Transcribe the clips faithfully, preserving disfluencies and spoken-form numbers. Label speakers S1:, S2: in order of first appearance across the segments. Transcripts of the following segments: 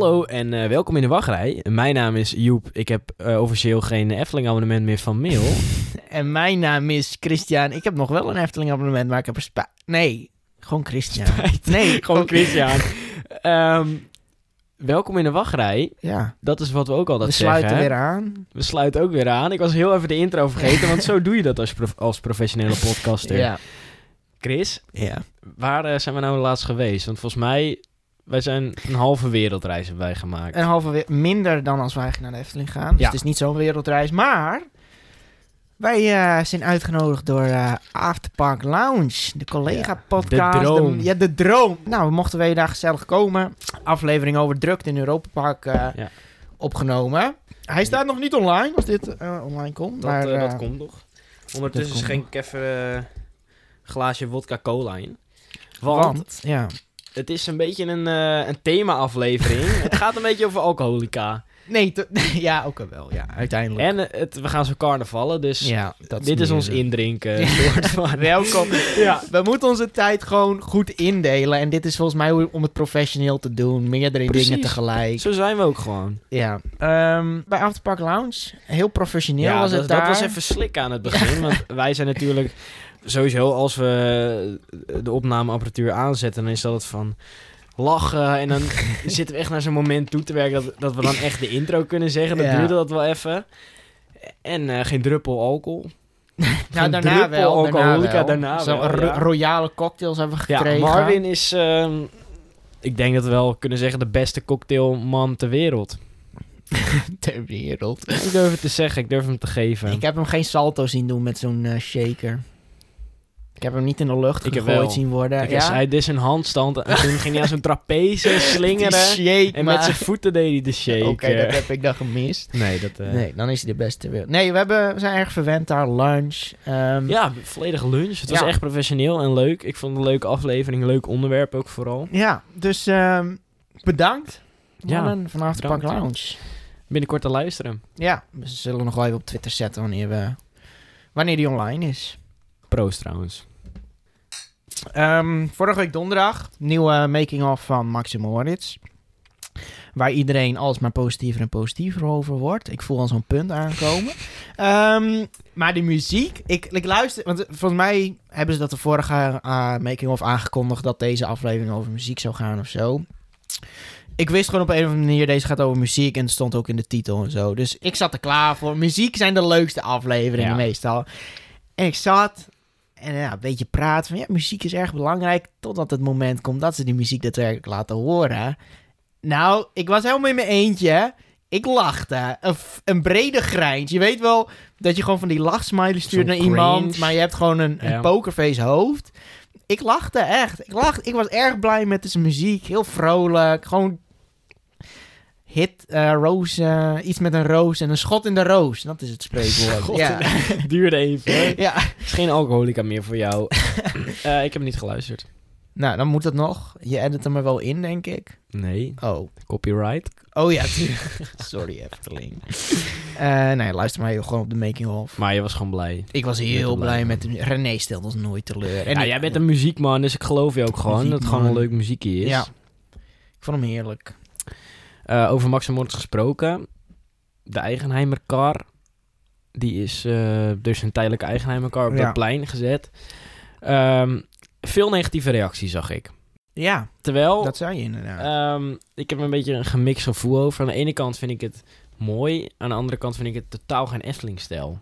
S1: Hallo en uh, welkom in de wachtrij. Mijn naam is Joep. Ik heb uh, officieel geen Efteling abonnement meer van Mail.
S2: En mijn naam is Christian. Ik heb nog wel een Efteling abonnement, maar ik heb er spijt. Nee, gewoon Christian.
S1: Spijt.
S2: Nee,
S1: gewoon Christian. um, welkom in de wachtrij.
S2: Ja.
S1: Dat is wat we ook altijd
S2: we
S1: zeggen.
S2: We sluiten weer aan.
S1: We sluiten ook weer aan. Ik was heel even de intro vergeten, want zo doe je dat als, prof- als professionele podcaster.
S2: Ja.
S1: Chris,
S2: ja.
S1: waar uh, zijn we nou laatst geweest? Want volgens mij, wij zijn een halve wereldreis hebben wij gemaakt.
S2: Een halve we- minder dan als wij naar de Efteling gaan. Dus
S1: ja.
S2: het is niet zo'n wereldreis. Maar wij uh, zijn uitgenodigd door uh, Afterpark Lounge. De collega-podcast.
S1: Ja, de droom.
S2: De, ja, de droom. Nou, we mochten wij daar gezellig komen. Aflevering over drukte in Europa Park uh, ja. opgenomen. Hij staat nog niet online, als dit uh, online komt.
S1: Dat,
S2: maar,
S1: uh,
S2: uh,
S1: dat komt nog. Ondertussen schenk ik even een uh, glaasje vodka cola in. Want,
S2: Want ja.
S1: het is een beetje een, uh, een thema-aflevering. Het gaat een beetje over alcoholica.
S2: Nee, to- ja, ook wel, ja, uiteindelijk.
S1: En uh, het, we gaan zo carnavallen, dus
S2: ja, dat
S1: dit is,
S2: is
S1: ons
S2: uh,
S1: indrinken.
S2: Ja.
S1: Soort van.
S2: Welkom.
S1: Ja.
S2: We moeten onze tijd gewoon goed indelen. En dit is volgens mij om het professioneel te doen. Meerdere
S1: Precies.
S2: dingen tegelijk.
S1: Zo zijn we ook gewoon.
S2: Ja. Um, bij Afterpark Lounge, heel professioneel
S1: ja,
S2: was
S1: dat,
S2: het daar.
S1: dat was even slikken aan het begin. Want wij zijn natuurlijk sowieso, als we de opnameapparatuur aanzetten, dan is dat het van lachen. En dan zitten we echt naar zo'n moment toe te werken dat, dat we dan echt de intro kunnen zeggen. Dat
S2: ja.
S1: duurde dat wel even. En uh, geen druppel alcohol.
S2: nou,
S1: geen
S2: daarna
S1: druppel
S2: wel.
S1: alcoholica,
S2: daarna
S1: daarna
S2: wel.
S1: wel.
S2: Zo, ro-
S1: ja.
S2: royale cocktails hebben we gekregen.
S1: Ja, Marvin is, uh, ik denk dat we wel kunnen zeggen, de beste cocktailman ter wereld.
S2: ter wereld.
S1: Ik durf het te zeggen, ik durf hem te geven.
S2: Ik heb hem geen salto zien doen met zo'n uh, shaker. Ik heb hem niet in de lucht
S1: ik
S2: gegooid zien worden.
S1: Ik
S2: ja?
S1: Hij deed zijn handstand en toen ging hij aan zo'n trapeze slingeren.
S2: Shake,
S1: en
S2: maar...
S1: met zijn voeten deed hij de shake.
S2: Oké, okay, dat heb ik dan gemist.
S1: Nee, dat, uh...
S2: nee, dan is hij de beste weer. Nee, we, hebben, we zijn erg verwend daar. Lunch. Um...
S1: Ja, volledige lunch. Het was
S2: ja.
S1: echt professioneel en leuk. Ik vond het een leuke aflevering, een leuk onderwerp ook vooral.
S2: Ja, dus um, bedankt. Mannen,
S1: ja,
S2: van Afterpark Lounge.
S1: Binnenkort te luisteren.
S2: Ja, we zullen nog wel even op Twitter zetten wanneer, we, wanneer die online is.
S1: Proost trouwens.
S2: Um, vorige week donderdag, nieuwe making-of van Max en Moritz. Waar iedereen alsmaar positiever en positiever over wordt. Ik voel al zo'n punt aankomen. Um, maar de muziek, ik, ik luister... Want volgens mij hebben ze dat de vorige uh, making-of aangekondigd... dat deze aflevering over muziek zou gaan of zo. Ik wist gewoon op een of andere manier... deze gaat over muziek en het stond ook in de titel en zo. Dus ik zat er klaar voor. Muziek zijn de leukste afleveringen ja. meestal. En ik zat... En ja, een beetje praten van ja, muziek is erg belangrijk. Totdat het moment komt dat ze die muziek daadwerkelijk laten horen. Nou, ik was helemaal in mijn eentje. Ik lachte. Een, een brede grijns. Je weet wel dat je gewoon van die lachsmiley stuurt naar cringe. Iemand. Maar je hebt gewoon een, ja. een pokerface hoofd. Ik lachte echt. Ik, lachte, ik was erg blij met deze muziek. Heel vrolijk. Gewoon hit, uh, roos, uh, iets met een roos en een schot in de roos. Dat is het spreekwoord. Ja.
S1: De... Duurde even.
S2: Ja.
S1: Het is geen alcoholica meer voor jou. uh, ik heb niet geluisterd.
S2: Nou, dan moet het nog. Je edit hem er wel in, denk ik.
S1: Nee.
S2: Oh.
S1: Copyright.
S2: Oh ja, sorry Efteling. uh, nee, luister maar gewoon op de making-of.
S1: Maar je was gewoon blij.
S2: Ik was heel blij, blij met de... René stelde ons nooit teleur. En
S1: ja,
S2: ik...
S1: jij bent een muziekman, dus ik geloof je ook gewoon muziekman. Dat het gewoon een leuk muziekje is.
S2: Ja. Ik vond hem heerlijk.
S1: Uh, over Max en Moritz gesproken. De Eigenheimer car. Die is uh, dus een tijdelijke Eigenheimer car op ja. dat plein gezet. Um, veel negatieve reacties zag ik.
S2: Ja,
S1: terwijl,
S2: dat zei je inderdaad.
S1: Um, ik heb een beetje een gemixt gevoel over. Aan de ene kant vind ik het mooi. Aan de andere kant vind ik het totaal geen Efteling-stijl.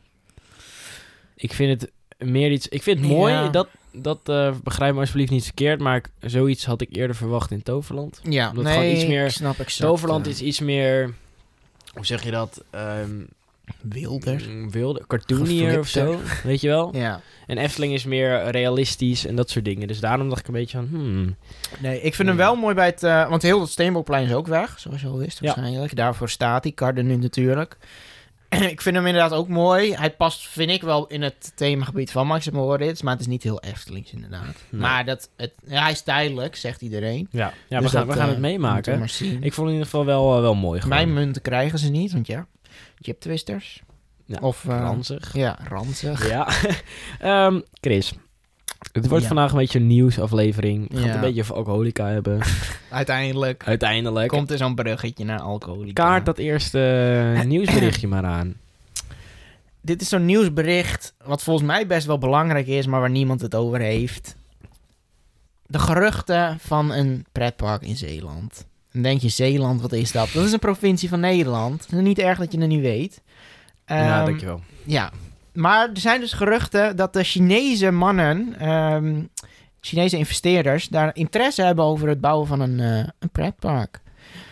S1: Ik vind het meer iets... Ik vind het mooi, ja. dat... Dat uh, begrijp me alsjeblieft niet verkeerd, maar ik, zoiets had ik eerder verwacht in Toverland.
S2: Ja,
S1: Omdat
S2: nee,
S1: gewoon iets meer,
S2: snap ik zo.
S1: Toverland is iets meer, hoe zeg je dat? Um,
S2: wilder.
S1: Wilder, cartoonier of zo, weet je wel?
S2: Ja.
S1: En Efteling is meer realistisch en dat soort dingen. Dus daarom dacht ik een beetje van, hmm.
S2: Nee, ik vind hmm. hem wel mooi bij het, uh, want heel het Steenbokplein is ook weg, zoals je al wist waarschijnlijk. Ja. Daarvoor staat die kar er nu natuurlijk. Ik vind hem inderdaad ook mooi. Hij past, vind ik, wel in het themagebied van Max en Moritz. Maar het is niet heel Eftelings, inderdaad. Nee. Maar dat, het, ja, hij is tijdelijk, zegt iedereen.
S1: Ja, ja
S2: dus
S1: we, gaan,
S2: dat,
S1: we gaan
S2: uh,
S1: het meemaken.
S2: Maar zien.
S1: Ik vond het in ieder geval wel, uh, wel mooi. Gewoon.
S2: Mijn munten krijgen ze niet, want ja, chip twisters.
S1: Ja,
S2: of uh,
S1: ranzig.
S2: Ja, ranzig.
S1: Ja. um, Chris, Het wordt
S2: Ja.
S1: vandaag een beetje een nieuwsaflevering. We gaan het
S2: Ja.
S1: een beetje over alcoholica hebben.
S2: Uiteindelijk
S1: Uiteindelijk.
S2: komt er zo'n bruggetje naar alcoholica.
S1: Kaart dat eerste eh, nieuwsberichtje maar aan.
S2: Dit is zo'n nieuwsbericht wat volgens mij best wel belangrijk is, maar waar niemand het over heeft. De geruchten van een pretpark in Zeeland. Dan denk je, Zeeland, wat is dat? Dat is een provincie van Nederland. Het is niet erg dat je het niet weet.
S1: ja,
S2: Ehm,
S1: dankjewel.
S2: Ja, maar er zijn dus geruchten dat de Chinese mannen, ehm, Chinese investeerders, daar interesse hebben over het bouwen van een, eh, een pretpark.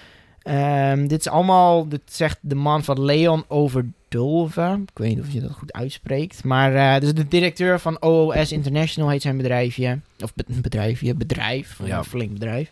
S2: Ehm, dit is allemaal, dit zegt de man van Leon Overdulve. Ik weet niet of je dat goed uitspreekt. Maar uh, dus de directeur van O O S International heet zijn bedrijfje. Of be- bedrijfje, bedrijf.
S1: Ja.
S2: Een flink bedrijf.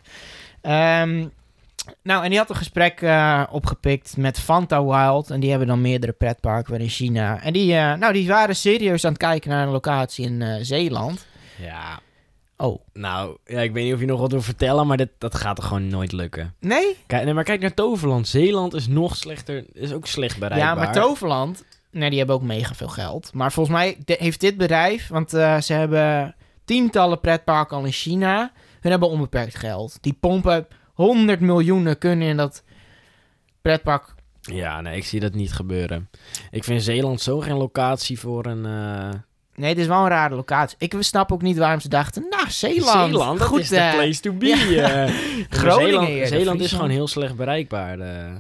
S2: Ehm, nou, en die had een gesprek uh, opgepikt met Fanta Wild. En die hebben dan meerdere pretparken weer in China. En die, uh, nou, die waren serieus aan het kijken naar een locatie in uh, Zeeland.
S1: Ja.
S2: Oh.
S1: Nou, ja, ik weet niet of je nog wat wil vertellen, maar dit, dat gaat er gewoon nooit lukken.
S2: Nee?
S1: Kijk, nee, maar kijk naar Toverland. Zeeland is nog slechter, is ook slecht bereikbaar.
S2: Ja, maar Toverland, nee, die hebben ook mega veel geld. Maar volgens mij de- heeft dit bedrijf, want uh, ze hebben tientallen pretparken al in China. Hun hebben onbeperkt geld. Die pompen honderd miljoenen kunnen in dat pretpark.
S1: Ja, nee, ik zie dat niet gebeuren. Ik vind Zeeland zo geen locatie voor een... Uh...
S2: Nee, het is wel een rare locatie. Ik snap ook niet waarom ze dachten, nou, Zeeland.
S1: Zeeland, dat
S2: goed,
S1: is de
S2: uh,
S1: place to be.
S2: ja.
S1: uh.
S2: Groningen
S1: Zeeland,
S2: eerder,
S1: Zeeland is
S2: Friesland.
S1: gewoon heel slecht bereikbaar. Uh.
S2: Uh,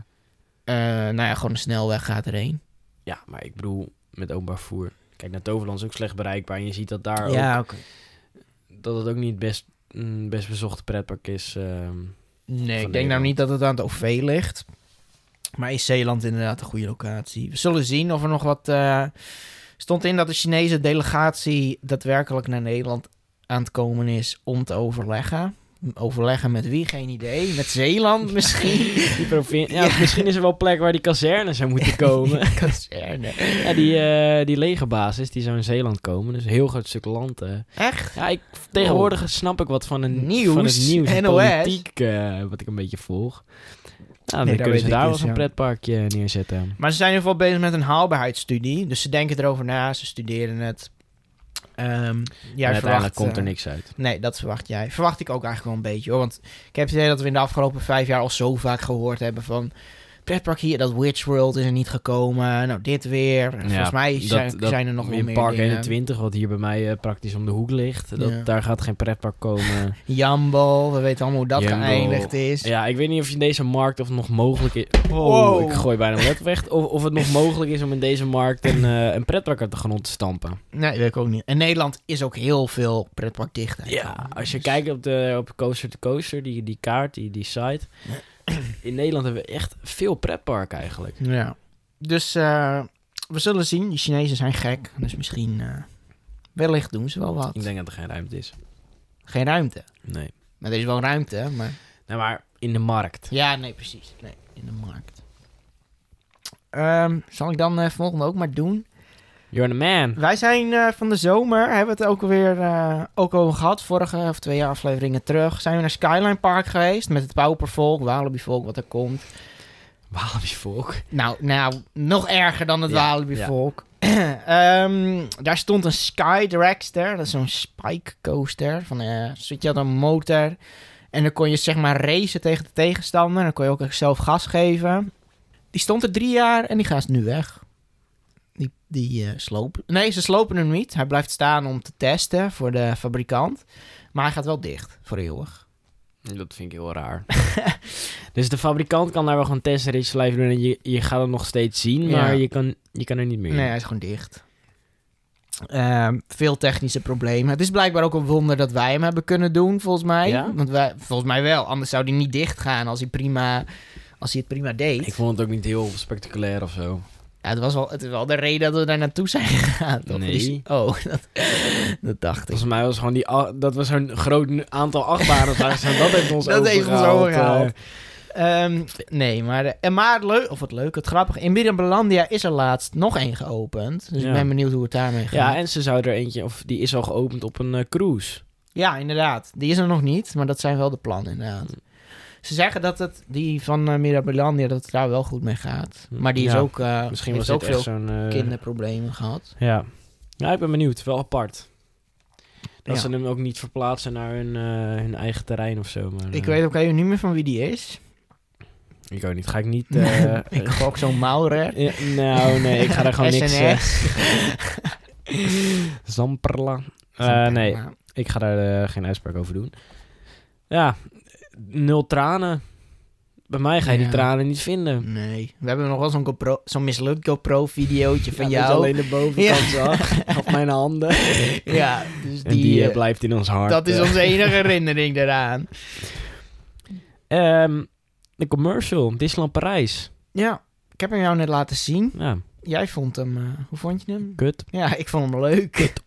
S2: nou ja, gewoon een snelweg gaat erheen.
S1: Ja, maar ik bedoel, met openbaar vervoer. Kijk, naar Toverland is ook slecht bereikbaar. En je ziet dat daar
S2: Ja,
S1: ook...
S2: oké.
S1: Dat het ook niet best, mm, best bezochte pretpark is. Uh,
S2: Nee, ik denk
S1: Nederland.
S2: nou niet dat het aan het O V ligt. Maar is Zeeland inderdaad een goede locatie? We zullen zien of er nog wat... Uh, stond in dat de Chinese delegatie daadwerkelijk naar Nederland aan het komen is om te overleggen. Overleggen met wie? Geen idee. Met Zeeland misschien?
S1: die provin- ja, ja. Misschien is er wel plek waar die kazerne zou moeten komen.
S2: Kazerne.
S1: Ja, die, uh, die legerbasis die zou in Zeeland komen. Dus een heel groot stuk land. Uh.
S2: Echt?
S1: Ja, ik, tegenwoordig oh. snap ik wat van, een,
S2: nieuws,
S1: van het nieuws en
S2: N O S.
S1: politiek, uh, wat ik een beetje volg. Nou,
S2: Nee,
S1: dan kunnen ze daar
S2: dus,
S1: wel zo'n
S2: ja.
S1: pretparkje neerzetten.
S2: Maar ze zijn in ieder geval bezig met een haalbaarheidsstudie. Dus ze denken erover na, ze studeren het. Um, jij
S1: en uiteindelijk
S2: verwacht,
S1: komt er
S2: uh,
S1: niks uit.
S2: Nee, dat verwacht jij. Verwacht ik ook eigenlijk wel een beetje hoor. Want ik heb het idee dat we in de afgelopen vijf jaar al zo vaak gehoord hebben van... pretpark hier, dat Witch World is er niet gekomen. Nou, dit weer. Ja, Volgens mij zijn,
S1: dat, dat
S2: zijn er nog wel
S1: in
S2: meer
S1: Park
S2: dingen.
S1: eenentwintig, wat hier bij mij uh, praktisch om de hoek ligt. Dat,
S2: Ja.
S1: Daar gaat geen pretpark komen.
S2: Jambo, we weten allemaal hoe dat
S1: Jambo.
S2: geëindigd is.
S1: Ja, ik weet niet of je in deze markt of het nog mogelijk is... Oh,
S2: Wow.
S1: ik gooi bijna mijn laptop weg. Of, of het nog mogelijk is om in deze markt een, uh, een pretpark uit de grond te stampen.
S2: Nee, weet ik ook niet. En Nederland is ook heel veel pretpark dicht.
S1: Ja, als je kijkt op de op Coaster to Coaster, die, die kaart, die, die site... In Nederland hebben we echt veel pretparken eigenlijk.
S2: Ja. Dus uh, we zullen zien. Die Chinezen zijn gek. Dus misschien... Uh, wellicht doen ze wel wat.
S1: Ik denk dat er geen ruimte is.
S2: Geen ruimte?
S1: Nee.
S2: Maar er is wel ruimte, maar...
S1: Nou, maar in de markt.
S2: Ja, nee, precies. Nee, in de markt. Um, zal ik dan uh, volgende ook maar doen?
S1: You're the man.
S2: Wij zijn uh, van de zomer, hebben we het ook alweer uh, ook over gehad. Vorige of twee jaar afleveringen terug. Zijn we naar Skyline Park geweest met het Paupervolk, Walibivolk wat er komt.
S1: Walibivolk?
S2: Nou, nou, nog erger dan het
S1: ja,
S2: Walibivolk. Ja. um, daar stond een Sky Dragster, dat is zo'n spike coaster. Van, uh, zit je had een motor en dan kon je zeg maar racen tegen de tegenstander. Dan kon je ook zelf gas geven. Die stond er drie jaar en die gaat nu weg. Die, die uh, slopen... Nee, ze slopen hem niet. Hij blijft staan om te testen voor de fabrikant. Maar hij gaat wel dicht, voor eeuwig.
S1: Dat vind ik heel raar. Dus de fabrikant kan daar wel gewoon testritjes blijven doen en je, je gaat het nog steeds zien, maar ja. je, kan, je kan er niet meer in.
S2: Nee, hij is gewoon dicht. Uh, veel technische problemen. Het is blijkbaar ook een wonder dat wij hem hebben kunnen doen, volgens mij.
S1: Ja?
S2: Want wij, volgens mij wel. Anders zou hij niet dicht gaan als hij, prima, als hij het prima deed.
S1: Ik vond het ook niet heel spectaculair of zo.
S2: Ja, het was wel, het is wel de reden dat we daar naartoe zijn gegaan. Toch?
S1: Nee.
S2: Die, oh, dat, dat dacht ik.
S1: Volgens mij was gewoon die... Dat was zo'n groot aantal achtbanen. Dat heeft ons
S2: dat heeft ons
S1: overgehaald.
S2: overgehaald. Um, nee, maar, en maar leuk, of wat leuk, het grappige. In Mirabilandia is er laatst nog één geopend. Dus
S1: ja.
S2: ik ben benieuwd hoe het daarmee gaat.
S1: Ja, en ze zouden er eentje... Of die is al geopend op een uh, cruise.
S2: Ja, inderdaad. Die is er nog niet, maar dat zijn wel de plannen, inderdaad. Ze zeggen dat het, die van uh, Mirabilandia, dat het daar wel goed mee gaat. Maar die is
S1: ja,
S2: ook, uh,
S1: misschien
S2: heeft
S1: was
S2: ook
S1: dit
S2: veel
S1: echt zo'n, uh,
S2: kinderproblemen gehad.
S1: Ja. Ja, ik ben benieuwd. Wel apart. Dat
S2: Ja.
S1: ze hem ook niet verplaatsen naar hun, uh, hun eigen terrein of zo. Maar, uh,
S2: Ik weet ook even niet meer van wie die is.
S1: Ik ook niet. Ga ik niet... Uh,
S2: ik gok zo'n Maurer.
S1: Ja, nou, nee. Ik ga daar gewoon niks...
S2: S N S.
S1: Uh, Zamperla. Uh, nee, ik ga daar uh, geen uitspraak over doen. Ja, nul tranen. Bij mij ga je ja. die tranen niet vinden.
S2: Nee. We hebben nog wel zo'n, GoPro, zo'n mislukt GoPro-videootje van
S1: ja,
S2: jou.
S1: Dat je alleen de bovenkant ja. zag. Op mijn handen.
S2: Ja, dus die,
S1: en die uh, blijft in ons hart.
S2: Dat is onze enige herinnering daaraan.
S1: Um, de commercial, Disneyland Parijs.
S2: Ja, ik heb hem jou net laten zien.
S1: Ja.
S2: Jij vond hem... Uh, hoe vond je hem?
S1: Kut.
S2: Ja, ik vond hem leuk.
S1: Kut.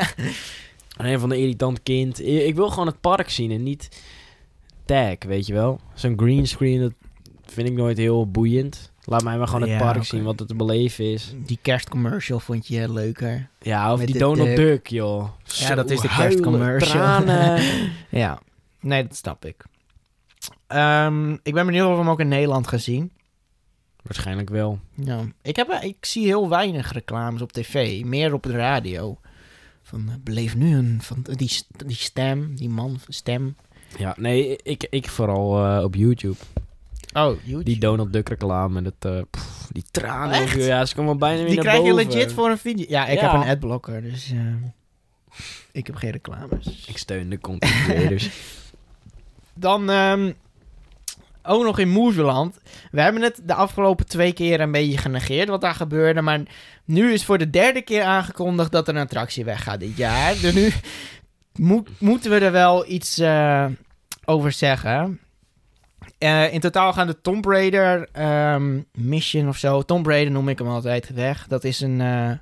S1: Een van de irritant kind. Ik wil gewoon het park zien en niet tag, weet je wel. Zo'n greenscreen, dat vind ik nooit heel boeiend. Laat mij maar gewoon het ja, park okay. zien, wat het te beleven is.
S2: Die kerstcommercial vond je leuker.
S1: Ja, of Met die Donald Duck, Duck joh.
S2: Zo ja, dat is de kerstcommercial. Ja, nee, dat snap ik. Um, ik ben benieuwd of we hem ook in Nederland gaan zien.
S1: Waarschijnlijk wel.
S2: Ja, ik, heb, ik zie heel weinig reclames op tv. Meer op de radio. Van, uh, beleef nu een... Van, die, die stem, die man stem.
S1: Ja, nee, ik, ik vooral uh, op YouTube.
S2: Oh, YouTube.
S1: Die Donald Duck reclame. Dat, uh, pff, die tranen. Echt? Ja, ze komen bijna weer
S2: die
S1: naar
S2: krijg
S1: boven.
S2: je legit voor een video. Ja, ik
S1: ja.
S2: heb een adblocker, dus... Uh, ik heb geen reclames.
S1: Ik steun de content creators.
S2: Dan... Um, ook nog in Movieland. We hebben het de afgelopen twee keer een beetje genegeerd wat daar gebeurde. Maar nu is voor de derde keer aangekondigd dat er een attractie weggaat dit jaar. Dus nu mo- moeten we er wel iets uh, over zeggen. Uh, in totaal gaan de Tomb Raider um, Mission of zo. Tomb Raider noem ik hem altijd weg. Dat is een... Uh,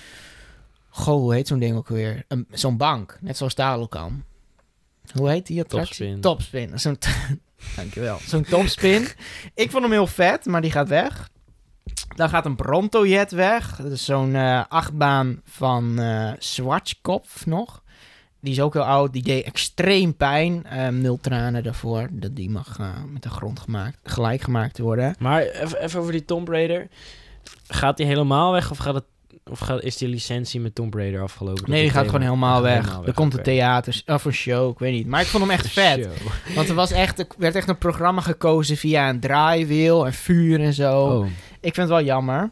S2: goh, hoe heet zo'n ding ook weer? Um, zo'n bank. Net zoals Talokan. Hoe heet die attractie?
S1: Topspin.
S2: Topspin. Zo'n... T- Dankjewel. Zo'n topspin. Ik vond hem heel vet, maar die gaat weg. Dan gaat een Brontojet weg. Dat is zo'n uh, achtbaan van uh, Schwarzkopf nog. Die is ook heel oud. Die deed extreem pijn. Um, nul tranen daarvoor. Dat die mag uh, met de grond gemaakt, gelijk gemaakt worden.
S1: Maar even, even over die Tomb Raider. Gaat die helemaal weg of gaat het... Of gaat, is die licentie met Tomb Raider afgelopen?
S2: Nee, die gaat gewoon helemaal weg.
S1: helemaal weg.
S2: Er komt
S1: okay.
S2: een theater of een show, ik weet niet. Maar ik vond hem echt vet.
S1: Show.
S2: Want er was echt, er werd echt een programma gekozen via een draaiwiel en vuur en zo.
S1: Oh.
S2: Ik vind het wel jammer.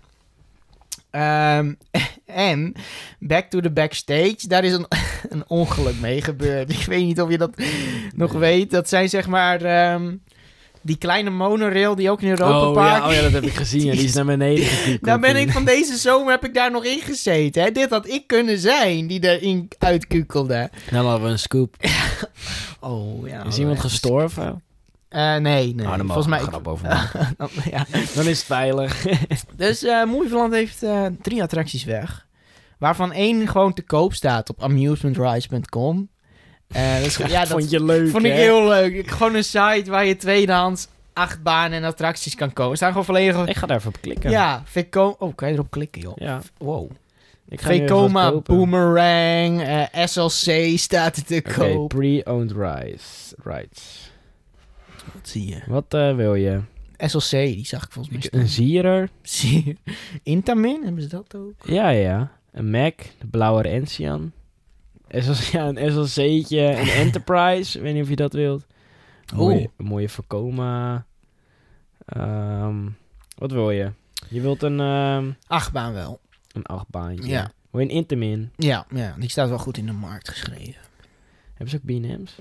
S2: Um, en Back to the Backstage, daar is een, een ongeluk mee gebeurd. Ik weet niet of je dat nog weet. Dat zijn zeg maar... Um, die kleine monorail die ook in Europa
S1: oh,
S2: Park...
S1: Ja, oh ja, dat heb ik gezien. Die, ja, die is naar beneden gekukeld.
S2: Daar ben ik van deze zomer heb ik daar nog in gezeten. Hè? Dit had ik kunnen zijn die erin uitkukelde.
S1: Dan hadden we een scoop.
S2: oh ja.
S1: Is iemand gestorven?
S2: Uh, nee, nee.
S1: Oh, dan
S2: volgens mij
S1: ik grap over maken.
S2: dan, ja.
S1: Dan is het veilig.
S2: Dus uh, Movieland heeft uh, drie attracties weg. Waarvan één gewoon te koop staat op amusementrise punt com. Uh, dus, ja, dat
S1: vond je leuk,
S2: Vond
S1: hè?
S2: ik heel leuk. Ik, gewoon een site waar je tweedehands achtbanen en attracties kan kopen. Staan gewoon volledig...
S1: Ik ga daar even op klikken.
S2: Ja, Vekoma... Oh, kan je erop klikken, joh?
S1: Ja.
S2: Wow.
S1: Vekoma,
S2: Boomerang, uh, S L C staat er te
S1: okay,
S2: koop.
S1: Pre-owned rights. rights.
S2: Wat zie je?
S1: Wat uh, wil je?
S2: S L C, die zag ik volgens mij staan.
S1: Een Zierer.
S2: Intamin, hebben ze dat ook?
S1: Ja, ja. Een Mac, de blauwe Enzian. S L C, ja, een S L C'tje, een Enterprise. Ik weet niet of je dat wilt. Mooie, een mooie Vekoma. Um, wat wil je? Je wilt een... Um,
S2: achtbaan wel.
S1: Een achtbaantje.
S2: Ja.
S1: Wil je een Intamin?
S2: Ja, ja, die staat wel goed in de markt geschreven.
S1: Hebben ze ook B en M's?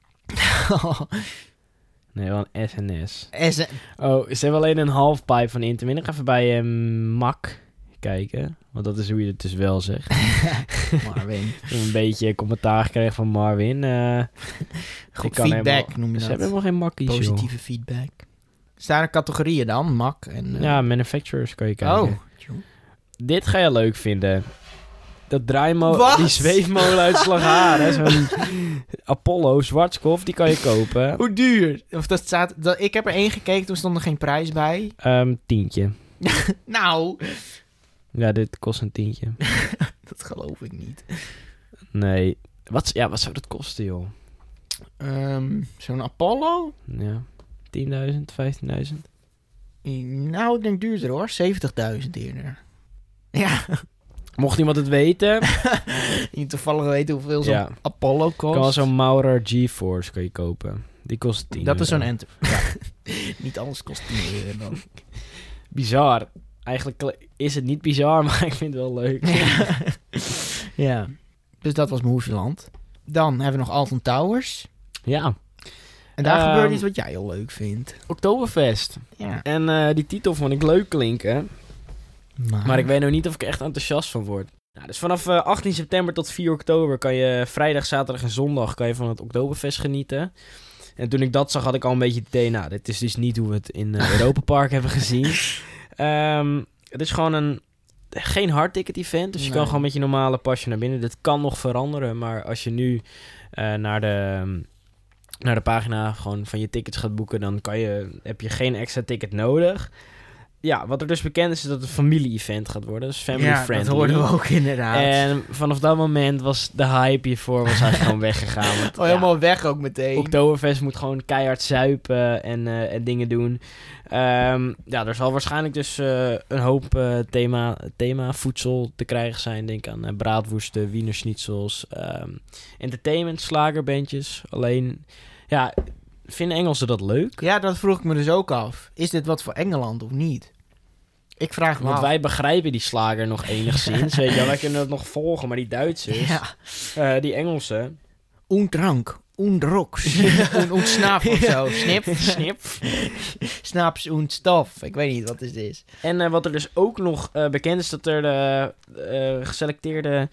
S1: Nee, wel een S N S.
S2: S-
S1: oh, ze hebben alleen een halfpipe van Intamin. Ik ga even bij um, Mac kijken. Want dat is hoe je het dus wel zegt.
S2: Marvin.
S1: Een beetje commentaar gekregen van Marvin. Uh,
S2: Goed feedback helemaal, noem je dat.
S1: Ze hebben helemaal geen makkies,
S2: positieve
S1: joh.
S2: feedback. Staan er categorieën dan? Mac en... Uh...
S1: Ja, manufacturers kan je kijken.
S2: Oh.
S1: Dit ga je leuk vinden. Dat draaimolen, die zweefmolen uit Slagharen. Zo'n Apollo Schwarzkopf, die kan je kopen.
S2: Hoe duur? Of dat staat... Dat, ik heb er één gekeken, toen stond er geen prijs bij.
S1: Um, tientje.
S2: Nou...
S1: Ja, dit kost een tientje.
S2: Dat geloof ik niet.
S1: Nee. Wat, ja, wat zou dat kosten, joh?
S2: Um, zo'n Apollo?
S1: Ja. tienduizend, vijftienduizend?
S2: Nou, ik denk duurder hoor. zeventigduizend eerder. Ja.
S1: Mocht iemand het weten...
S2: Je toevallig weten hoeveel zo'n
S1: Ja.
S2: Apollo kost.
S1: kan wel zo'n Maurer GeForce kan je kopen. Die kost tien
S2: Dat is
S1: euro.
S2: zo'n enter. Ja. Niet alles kost tien euro dan.
S1: Bizar. Eigenlijk is het niet bizar, maar ik vind het wel leuk.
S2: Ja. Ja. Dus dat was Movieland. Dan hebben we nog Alton Towers.
S1: Ja.
S2: En daar
S1: Ehm,
S2: gebeurt iets wat jij heel leuk vindt.
S1: Oktoberfest.
S2: Ja.
S1: En uh, die titel vond ik leuk klinken.
S2: Maar,
S1: Maar ik weet nog niet of ik er echt enthousiast van word. Nou, dus vanaf uh, achttien september tot vier oktober kan je vrijdag, zaterdag en zondag kan je van het Oktoberfest genieten. En toen ik dat zag had ik al een beetje het idee, nou, dit is dus niet hoe we het in uh, Europa Park hebben gezien. Um, het is gewoon een, geen hardticket event, dus je
S2: Nee.
S1: kan gewoon met je normale pasje naar binnen. Dit kan nog veranderen, maar als je nu uh, naar de... Um, naar de pagina gewoon van je tickets gaat boeken, dan kan je, heb je geen extra ticket nodig. Ja, wat er dus bekend is, is dat het een familie-event gaat worden. Dus family
S2: ja,
S1: friendly.
S2: dat hoorden we ook inderdaad.
S1: En vanaf dat moment was de hype hiervoor was eigenlijk gewoon weggegaan. Want,
S2: oh, helemaal weg ook meteen.
S1: Oktoberfest moet gewoon keihard zuipen en, uh, en dingen doen. Um, ja, er zal waarschijnlijk dus uh, een hoop uh, thema, thema voedsel te krijgen zijn. Denk aan uh, braadwoesten, wienerschnitzels, um, entertainment, slagerbandjes. Alleen, ja, vinden Engelsen dat leuk?
S2: Ja, dat vroeg ik me dus ook af. Is dit wat voor Engeland of niet? Ik vraag me
S1: Want
S2: af.
S1: wij begrijpen die slager nog enigszins. Weet je wel, wij kunnen dat nog volgen, maar die Duitsers,
S2: Ja.
S1: uh, die Engelsen...
S2: Und drank, und rocks, und, und snap of zo. Snip,
S1: Snip.
S2: snaps und stof. Ik weet niet wat dit is.
S1: En uh, wat er dus ook nog uh, bekend is, dat er de uh, geselecteerde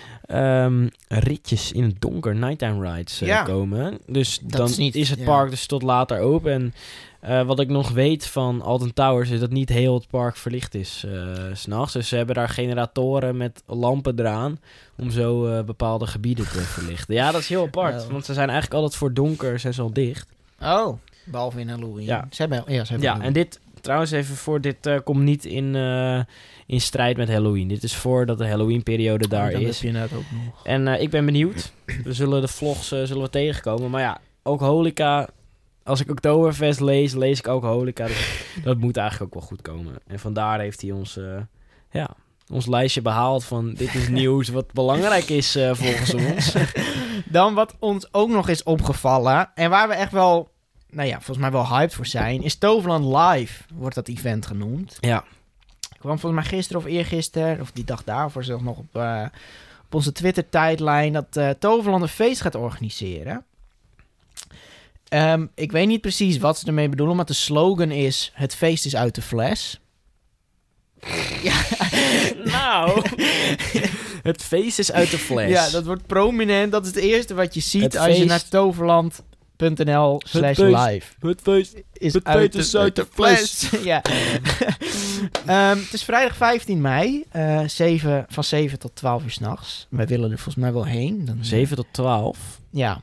S1: um, ritjes in het donker, nighttime rides, uh,
S2: Ja.
S1: komen. Dus
S2: Dat
S1: dan
S2: is niet-
S1: is het
S2: ja.
S1: park dus tot later open. En uh, wat ik nog weet van Alton Towers is dat niet heel het park verlicht is uh, 's nachts. Dus ze hebben daar generatoren met lampen eraan om zo uh, bepaalde gebieden te verlichten. Ja, dat is heel apart,
S2: Oh.
S1: want ze zijn eigenlijk altijd voor donker, zijn ze al dicht.
S2: Oh, behalve in Halloween.
S1: Ja.
S2: Ze hebben, ja, ze hebben
S1: Ja,
S2: Halloween.
S1: en dit, trouwens even voor, dit uh, komt niet in, uh, in strijd met Halloween. Dit is voordat de Halloween-periode daar
S2: Oh, dat
S1: is.
S2: heb je net ook nog.
S1: En uh, ik ben benieuwd. We zullen de vlogs uh, zullen we tegenkomen. Maar ja, ook horeca. Als ik Oktoberfest lees, lees ik ook horeca. Dus dat moet eigenlijk ook wel goed komen. En vandaar heeft hij ons, uh, ja, ons lijstje behaald van dit is nieuws wat belangrijk is uh, volgens ons.
S2: Dan wat ons ook nog is opgevallen, en waar we echt wel, nou ja, volgens mij wel hyped voor zijn, is Toverland Live, wordt dat event genoemd.
S1: Ja.
S2: Ik kwam volgens mij gisteren of eergisteren, of die dag daarvoor zelfs nog op, uh, op onze Twitter-tijdlijn, dat uh, Toverland een feest gaat organiseren. Um, ik weet niet precies wat ze ermee bedoelen, maar de slogan is, het feest is uit de fles. Ja.
S1: Nou, het feest is uit de fles.
S2: Ja, dat wordt prominent. Dat is het eerste wat je ziet
S1: Het
S2: als je
S1: feest-
S2: naar toverland punt n l slash
S1: feest-
S2: live.
S1: Het feest
S2: Is
S1: Het
S2: uit
S1: feest
S2: de,
S1: is uit de
S2: fles. Ja. um, het is vrijdag vijftien mei. Uh, zeven, van zeven tot twaalf uur s'nachts. Wij willen er volgens mij wel heen. Dan,
S1: zeven tot twaalf.
S2: Ja.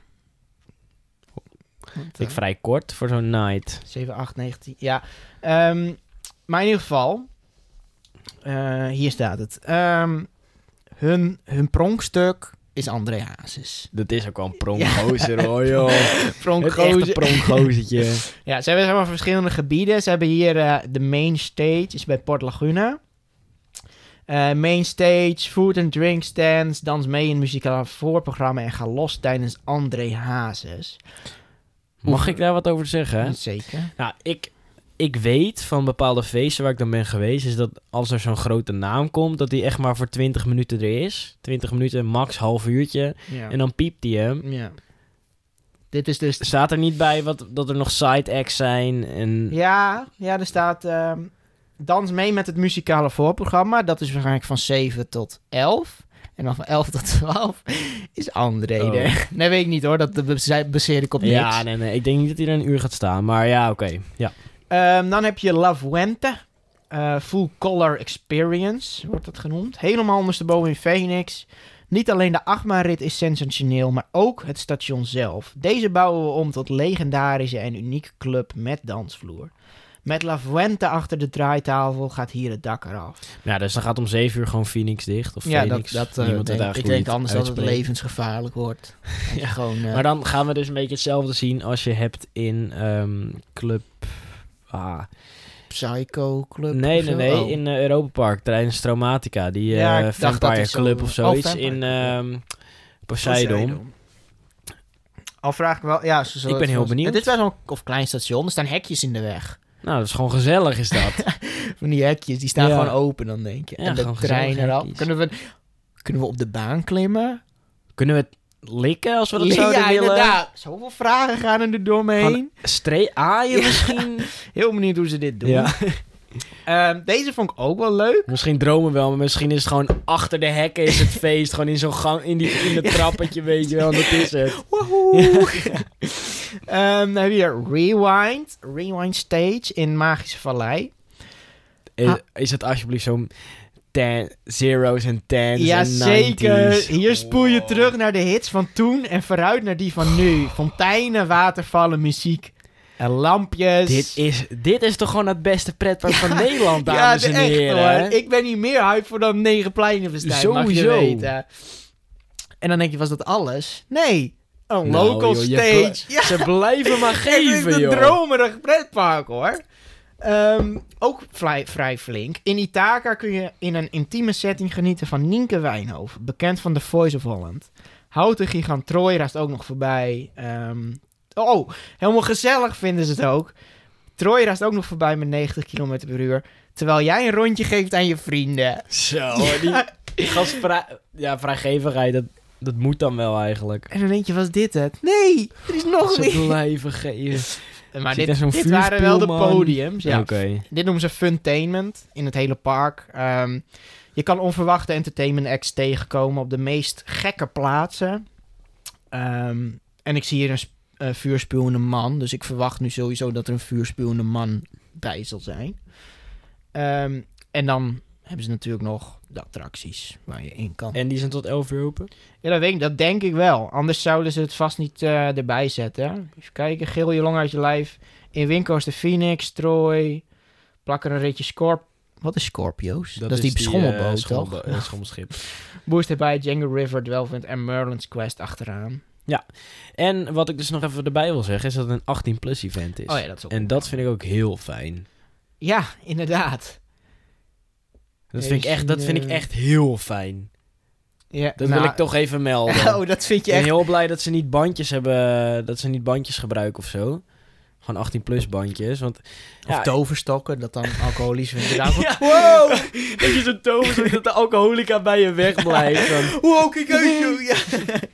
S2: Want,
S1: Vind ik
S2: uh,
S1: vrij kort voor zo'n night.
S2: zeven, acht, negentien. Ja. Um, maar in ieder geval. Uh, hier staat het. Um, hun, hun pronkstuk is André Hazes.
S1: Dat is ook wel een pronkgozer hoor, joh. Het
S2: Pronkgozer.
S1: echte pronkgozertje.
S2: Ja, ze hebben zeg maar verschillende gebieden. Ze hebben hier uh, de main stage, is bij Port Laguna. Uh, main stage, food and drink stands, dans mee in het muzikale voorprogramma en ga los tijdens André Hazes.
S1: Mag ik daar wat over zeggen?
S2: Zeker.
S1: Nou, ik, ik weet van bepaalde feesten waar ik dan ben geweest, is dat als er zo'n grote naam komt, dat die echt maar voor twintig minuten er is. twintig minuten, max half uurtje.
S2: Ja.
S1: En dan piept hij hem.
S2: ja. Dit is dus...
S1: Staat er niet bij wat, dat er nog side acts zijn en...
S2: Ja, ja, er staat... Um, dans mee met het muzikale voorprogramma. Dat is waarschijnlijk van zeven tot elf. En dan van elf tot twaalf is André
S1: Oh.
S2: er. Nee, weet ik niet hoor. Dat base- baseer ik op niks.
S1: Ja, nee, nee. Ik denk niet dat hij er een uur gaat staan. Maar ja, oké. Okay. Ja.
S2: Um, dan heb je La Fuente. Uh, Full Color Experience wordt dat genoemd. Helemaal ondersteboven in Phoenix. Niet alleen de achtbaanrit is sensationeel, maar ook het station zelf. Deze bouwen we om tot legendarische en unieke club met dansvloer. Met La Fuente achter de draaitafel gaat hier het dak eraf.
S1: Ja, dus dan gaat om zeven uur gewoon Phoenix dicht. Of
S2: Ja,
S1: Phoenix.
S2: dat, dat, uh,
S1: Niemand weet
S2: denk, ik
S1: eigenlijk
S2: denk
S1: hoe
S2: anders
S1: je
S2: dat het
S1: uitspreekt.
S2: levensgevaarlijk wordt. Als je
S1: Ja.
S2: gewoon, uh,
S1: Maar dan gaan we dus een beetje hetzelfde zien als je hebt in um, Club... Ah,
S2: Psycho Club?
S1: Nee,
S2: of
S1: nee,
S2: zo?
S1: nee.
S2: Oh.
S1: In uh, Europa Park, tijdens Traumatica. Die uh,
S2: Ja, ik dacht dat
S1: Vampire
S2: hij zo-
S1: Club of
S2: Oh,
S1: zoiets
S2: Vampire
S1: in
S2: Club.
S1: uh, Poseidon.
S2: Al vraag ik wel... Ja, zo, zo
S1: Ik ben heel benieuwd.
S2: Het is wel zo'n of klein station. Er staan hekjes in de weg.
S1: Nou, dat is gewoon gezellig, is dat.
S2: Van die hekjes, die staan
S1: Ja.
S2: gewoon open dan, denk je.
S1: Ja,
S2: en de
S1: gewoon
S2: trein
S1: gezellige
S2: eraf.
S1: hekjes.
S2: Kunnen we, kunnen we op de baan klimmen?
S1: Kunnen we het likken als we dat
S2: Ja,
S1: zouden willen?
S2: inderdaad. Zoveel vragen gaan er door me
S1: Gewoon
S2: heen.
S1: Stree aaien
S2: Ja.
S1: misschien?
S2: Heel benieuwd hoe ze dit doen.
S1: Ja.
S2: Ehm, deze vond ik ook wel leuk.
S1: Misschien dromen we wel, maar misschien is het gewoon achter de hekken is het feest. Gewoon in zo'n gang, in, die, in het trappetje, weet je wel. Dat is het.
S2: Woehoe. Ehm, dan heb je hier Rewind. Rewind Stage in Magische Vallei.
S1: Is,
S2: Ah.
S1: is het alsjeblieft zo'n ten, zeros en tens
S2: Ja,
S1: en
S2: zeker.
S1: nineties?
S2: Hier spoel je
S1: Wow.
S2: terug naar de hits van toen en vooruit naar die van nu. Fonteinen, watervallen, muziek en lampjes.
S1: Dit is, dit is toch gewoon het beste pretpark van Nederland,
S2: ja,
S1: dames
S2: de
S1: en
S2: echt,
S1: heren.
S2: hoor. Ik ben hier meer hype voor dan negen pleinenfestijn, mag je
S1: Sowieso.
S2: weten. En dan denk je, was dat alles? Nee. Een
S1: Nou,
S2: local
S1: joh, je
S2: stage.
S1: bl- Ze blijven maar geven,
S2: Het is een
S1: joh.
S2: dromerig pretpark, hoor. Ehm, ook vrij, vrij flink. In Ithaca kun je in een intieme setting genieten van Nienke Wijnhoven. Bekend van The Voice of Holland. Houten gigant Troy raast ook nog voorbij. Ehm, oh, helemaal gezellig vinden ze het ook. Troy raast ook nog voorbij met negentig kilometer per uur. Terwijl jij een rondje geeft aan je vrienden.
S1: Zo, die, die gastvrij, ja, vrijgevigheid, dat, dat moet dan wel eigenlijk.
S2: En dan denk je, was dit het? Nee, er is nog
S1: Ze
S2: meer.
S1: blijven geven.
S2: Maar
S1: Zit
S2: dit,
S1: er zo'n
S2: dit waren wel de
S1: vuurspieelman?
S2: podiums. Ja.
S1: Oké.
S2: Dit noemen ze funtainment in het hele park. Ehm, je kan onverwachte entertainment acts tegenkomen op de meest gekke plaatsen. Ehm, en ik zie hier een sp- uh, vuurspuwende man. Dus ik verwacht nu sowieso dat er een vuurspuwende man bij zal zijn. Ehm, en dan hebben ze natuurlijk nog de attracties waar je in kan.
S1: En die zijn tot elf uur open?
S2: Ja, dat, weet ik, dat denk ik wel. Anders zouden ze het vast niet uh, erbij zetten. Even kijken. Geel je long uit je lijf. In Winkels de Phoenix, Troy. Plak er een ritje Scorp... Wat is Scorpio's? Dat, is die schommelboot,
S1: uh,
S2: toch?
S1: schommelbo- uh, schommelschip.
S2: Boost erbij, Django River, Dwellwind en Merlin's Quest achteraan.
S1: En wat ik dus nog even erbij wil zeggen, is dat het een achttien plus event is.
S2: Oh ja, dat is ook...
S1: En dat vind ik ook heel fijn.
S2: Ja, inderdaad.
S1: Dat vind, ik echt, dat vind ik
S2: eh,
S1: echt heel fijn.
S2: Ja,
S1: Dat
S2: nou,
S1: wil ik toch even melden.
S2: Oh, dat vind
S1: Ik
S2: je
S1: ben
S2: echt...
S1: heel blij dat ze niet bandjes hebben, dat ze niet bandjes gebruiken of zo. Gewoon achttien plus bandjes, want...
S2: Of
S1: ja,
S2: toverstokken, dat dan alcoholisch vindt. Inderdaad,
S1: Ja.
S2: wow!
S1: dat je zo'n tover dat de alcoholica bij je wegblijft. Dan...
S2: Wow, kijk uit, joh. Ja.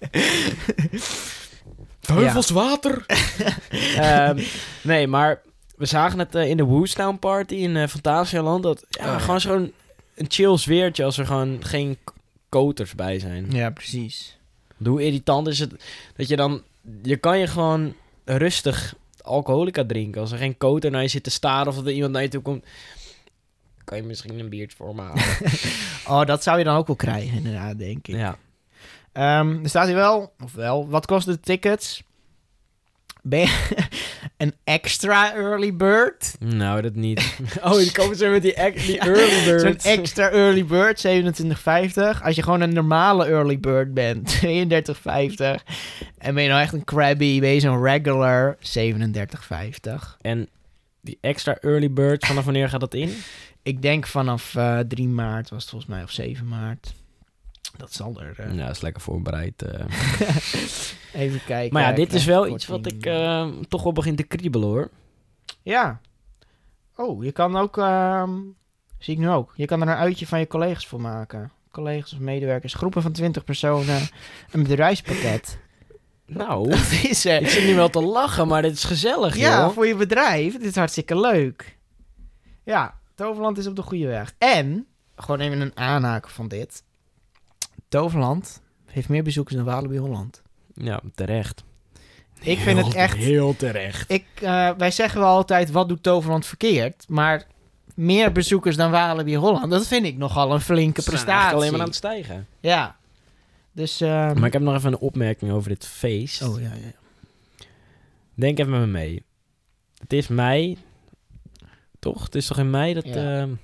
S1: Heuvelswater! Ehm, nee, maar we zagen het uh, in de Woostown Party in uh, Fantasialand. Dat ja,
S2: Oh, ja.
S1: gewoon zo'n een chill sfeertje als er gewoon geen k- koters bij zijn.
S2: Ja, precies.
S1: Hoe irritant is het dat je dan... Je kan je gewoon rustig alcoholica drinken. Als er geen koter naar je zit te staren of dat er iemand naar je toe komt... Kan je misschien een biertje voor me halen.
S2: Oh, dat zou je dan ook wel krijgen, inderdaad, denk ik.
S1: Ja.
S2: Ehm, er staat hier wel, of wel, wat kosten de tickets? Ben je een extra early bird?
S1: Nou, dat niet. Oh, die komen ze met die, ex- die early birds.
S2: Zo'n extra early bird, zevenentwintig vijftig. Als je gewoon een normale early bird bent, tweeëndertig vijftig. En ben je nou echt een crabby, ben je zo'n regular, zevenendertig vijftig.
S1: En die extra early birds, vanaf wanneer gaat dat in?
S2: Ik denk vanaf uh, drie maart was het volgens mij, of zeven maart. Dat zal er... Uh...
S1: Nou, dat is lekker voorbereid. Uh.
S2: Even kijken.
S1: Maar ja, dit is wel
S2: korting.
S1: iets wat ik uh, toch wel begin te kriebelen, hoor.
S2: Ja. Oh, je kan ook... Uh, zie ik nu ook. Je kan er een uitje van je collega's voor maken. Collega's of medewerkers. Groepen van twintig personen. Een bedrijfspakket.
S1: Nou,
S2: Dat is er.
S1: ik zit nu wel te lachen, maar dit is gezellig,
S2: Ja,
S1: joh.
S2: voor je bedrijf. Dit is hartstikke leuk. Ja, Toverland is op de goede weg. En, gewoon even een aanhaken van dit. Toverland heeft meer bezoekers dan Walibi Holland.
S1: Ja, terecht.
S2: Ik vind het echt...
S1: Heel terecht.
S2: Ik, uh, wij zeggen wel altijd, wat doet Toverland verkeerd? Maar meer bezoekers dan Walibi Holland, dat vind ik nogal een flinke
S1: Ze zijn
S2: prestatie.
S1: eigenlijk alleen maar aan het stijgen.
S2: Ja. Dus... Um...
S1: Maar ik heb nog even een opmerking over dit feest.
S2: Oh, ja, ja.
S1: Denk even met me mee. Het is mei. Toch? Het is toch in mei dat...
S2: Ja.
S1: Uh,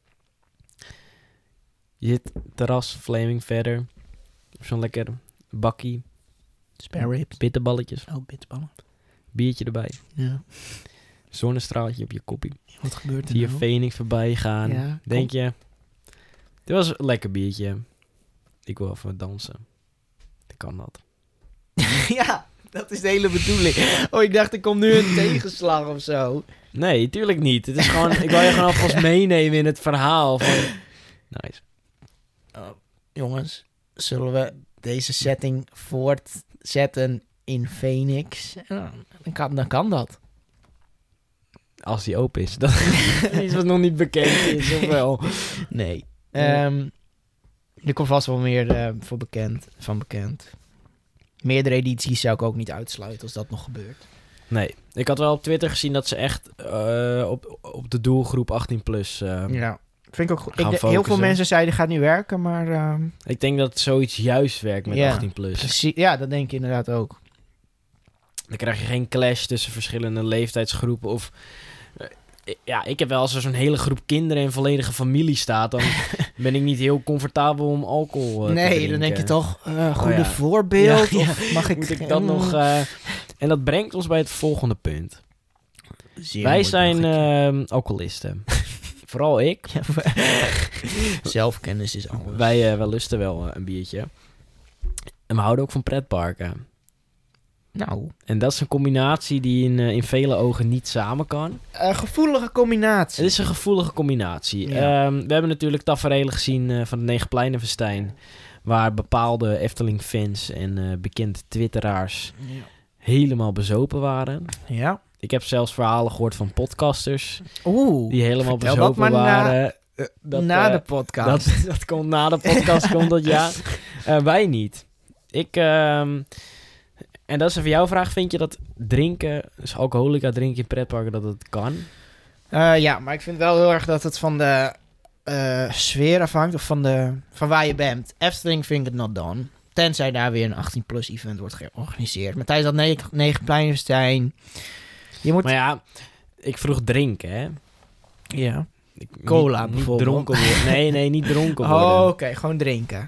S1: je zit terras, flaming verder. Zo'n lekker bakkie.
S2: Spare ribs.
S1: Bitterballetjes.
S2: Oh, bitterballen.
S1: Biertje erbij.
S2: Ja.
S1: Zonnestraaltje op je koppie.
S2: Wat gebeurt er
S1: Zie je
S2: nou?
S1: Phoenix voorbij gaan.
S2: Ja,
S1: Denk je, dit was een lekker biertje. Ik wil even dansen. Ik kan dat.
S2: Ja, dat is de hele bedoeling. Oh, ik dacht, er komt nu een tegenslag of zo.
S1: Nee, tuurlijk niet. Het is gewoon, ik wil je gewoon alvast meenemen in het verhaal. Van... Nice.
S2: Oh, jongens, zullen we deze setting voortzetten in Phoenix? Ja, dan, kan, dan kan dat.
S1: Als die open is. Dat is iets wat nog niet bekend is, of wel?
S2: Nee.
S1: Ja.
S2: Um, er komt vast wel meer uh, voor bekend, van bekend. Meerdere edities zou ik ook niet uitsluiten als dat nog gebeurt.
S1: Nee. Ik had wel op Twitter gezien dat ze echt uh, op, op de doelgroep achttien plus... Uh,
S2: Ja, vind ik ook goed.
S1: Gaan
S2: Ik, de- heel
S1: focussen.
S2: veel mensen zeiden, dit gaat niet werken, maar... Um,
S1: Ik denk dat zoiets juist werkt met
S2: Ja,
S1: achttien plus.
S2: precies, ja, dat denk ik inderdaad ook.
S1: Dan krijg je geen clash tussen verschillende leeftijdsgroepen. Of uh, ja, ik heb wel als er zo'n hele groep kinderen en volledige familie staat, dan ben ik niet heel comfortabel om alcohol uh, te
S2: Nee,
S1: drinken.
S2: dan denk je toch, uh, goede
S1: Oh ja.
S2: voorbeeld.
S1: Ja, ja.
S2: Of mag ik,
S1: Moet ik dat
S2: Mm,
S1: nog... Uh, en dat brengt ons bij het volgende punt.
S2: zeer
S1: Wij
S2: mooi
S1: zijn
S2: bruggetje.
S1: uh, alcoholisten. Vooral ik.
S2: Ja, zelfkennis is alles.
S1: Wij, uh, wij lusten wel uh, een biertje. En we houden ook van pretparken.
S2: Nou,
S1: En dat is een combinatie die in, uh, in vele ogen niet samen kan.
S2: een gevoelige combinatie.
S1: Het is een gevoelige combinatie.
S2: Ja.
S1: Um, we hebben natuurlijk taferelen gezien uh, van de Negenpleinenfestijn, waar bepaalde Efteling-fans en uh, bekende twitteraars
S2: Ja.
S1: helemaal bezopen waren.
S2: Ja.
S1: Ik heb zelfs verhalen gehoord van podcasters
S2: Oeh,
S1: die helemaal
S2: vertel
S1: bezopen
S2: dat maar na-
S1: waren. Uh, dat,
S2: na
S1: uh,
S2: de podcast.
S1: Dat, dat komt na de podcast, komt dat ja. Uh, wij niet. Ik, um, en dat is even jouw vraag. Vind je dat drinken, dus alcoholica drinken in pretparken, dat het kan?
S2: Uh, ja, maar ik vind wel heel erg dat het van de uh, sfeer afhangt. Of van, de, van waar je bent. Efteling vind ik het not done. Tenzij daar weer een achttien plus event wordt georganiseerd. Maar tijdens dat negen, negen Pleinenfestijn... Je moet...
S1: Maar ja, ik vroeg drinken, hè?
S2: Ja.
S1: Ik,
S2: Cola
S1: niet, niet
S2: bijvoorbeeld.
S1: dronken worden. Nee, nee, niet dronken worden.
S2: Oh, oké. Okay, gewoon drinken.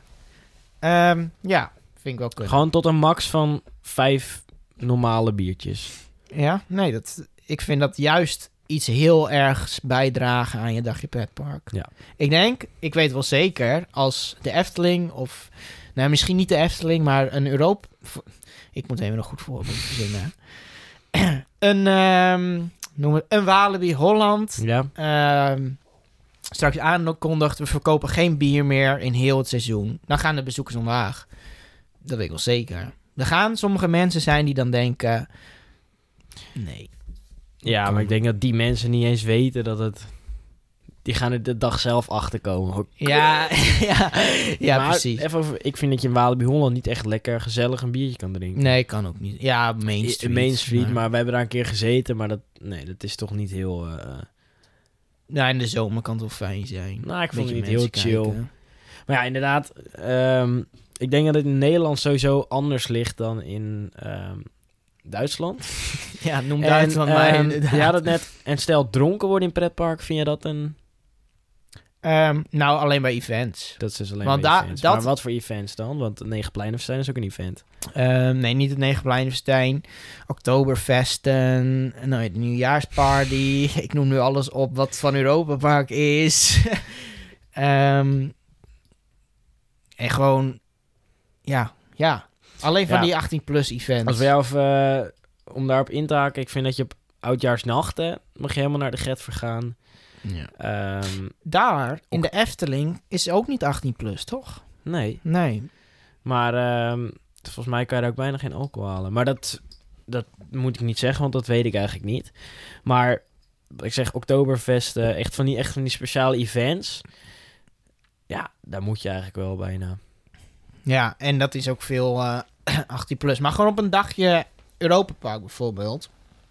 S2: Um, ja, vind ik wel kunnen.
S1: Gewoon tot een max van vijf normale biertjes.
S2: Ja, nee, dat, ik vind dat juist iets heel ergs bijdragen aan je dagje pretpark.
S1: Ja.
S2: Ik denk, ik weet wel zeker, als de Efteling of... Nou, misschien niet de Efteling, maar een Europa... Ik moet even een goed voorbeeld verzinnen. een, um, noem het, een Walibi Holland...
S1: Ja.
S2: Um, straks aankondigt, we verkopen geen bier meer in heel het seizoen. Dan gaan de bezoekers omlaag. Dat weet ik wel zeker. Er gaan sommige mensen zijn die dan denken... Nee.
S1: Ja, maar ik denk dat die mensen niet eens weten dat het... Die gaan er de dag zelf achterkomen. Oh,
S2: Ja, ja, ja
S1: maar
S2: precies.
S1: Even over, ik vind dat je in Walibi Holland niet echt lekker gezellig een biertje kan drinken.
S2: Nee, kan ook niet. Ja, Main Street.
S1: Main Street, maar... maar we hebben daar een keer gezeten, maar dat, nee, dat is toch niet heel... Uh...
S2: Nou, in de zomer kan het wel fijn zijn.
S1: Nou, ik vond het
S2: Beetje
S1: niet heel
S2: mensen
S1: chill.
S2: kijken.
S1: Maar ja, inderdaad. Um, ik denk dat het in Nederland sowieso anders ligt dan in um, Duitsland.
S2: Ja, noem
S1: En,
S2: Duitsland maar
S1: um,
S2: inderdaad.
S1: Je had het net. En stel dronken worden in pretpark, vind je dat een...
S2: Um, nou, alleen bij events.
S1: Dat is dus alleen
S2: Want
S1: maar
S2: da-
S1: events.
S2: dat-
S1: Maar wat voor events dan? Want Negenpleinenfestijn is ook een event.
S2: Um, nee, niet het Negenpleinenfestijn. Oktoberfesten. Nou, de nieuwjaarsparty. Ik noem nu alles op wat van Europa Park is. um, en gewoon... Ja, ja. Alleen van
S1: Ja.
S2: die achttien plus events.
S1: Als we jou even, uh, om daarop in te haken, ik vind dat je op oudjaarsnachten mag je helemaal naar de Getver gaan.
S2: Ja.
S1: Um,
S2: Daar, in de Efteling, is ook niet achttien plus, toch?
S1: nee,
S2: Nee.
S1: maar um, volgens mij kan je daar ook bijna geen alcohol halen. Maar dat, dat moet ik niet zeggen, want dat weet ik eigenlijk niet. Maar ik zeg Oktoberfest, uh, echt, van die, echt van die speciale events. Ja, daar moet je eigenlijk wel bijna.
S2: Ja, en dat is ook veel uh, achttien plus. Maar gewoon op een dagje Europa Park bijvoorbeeld.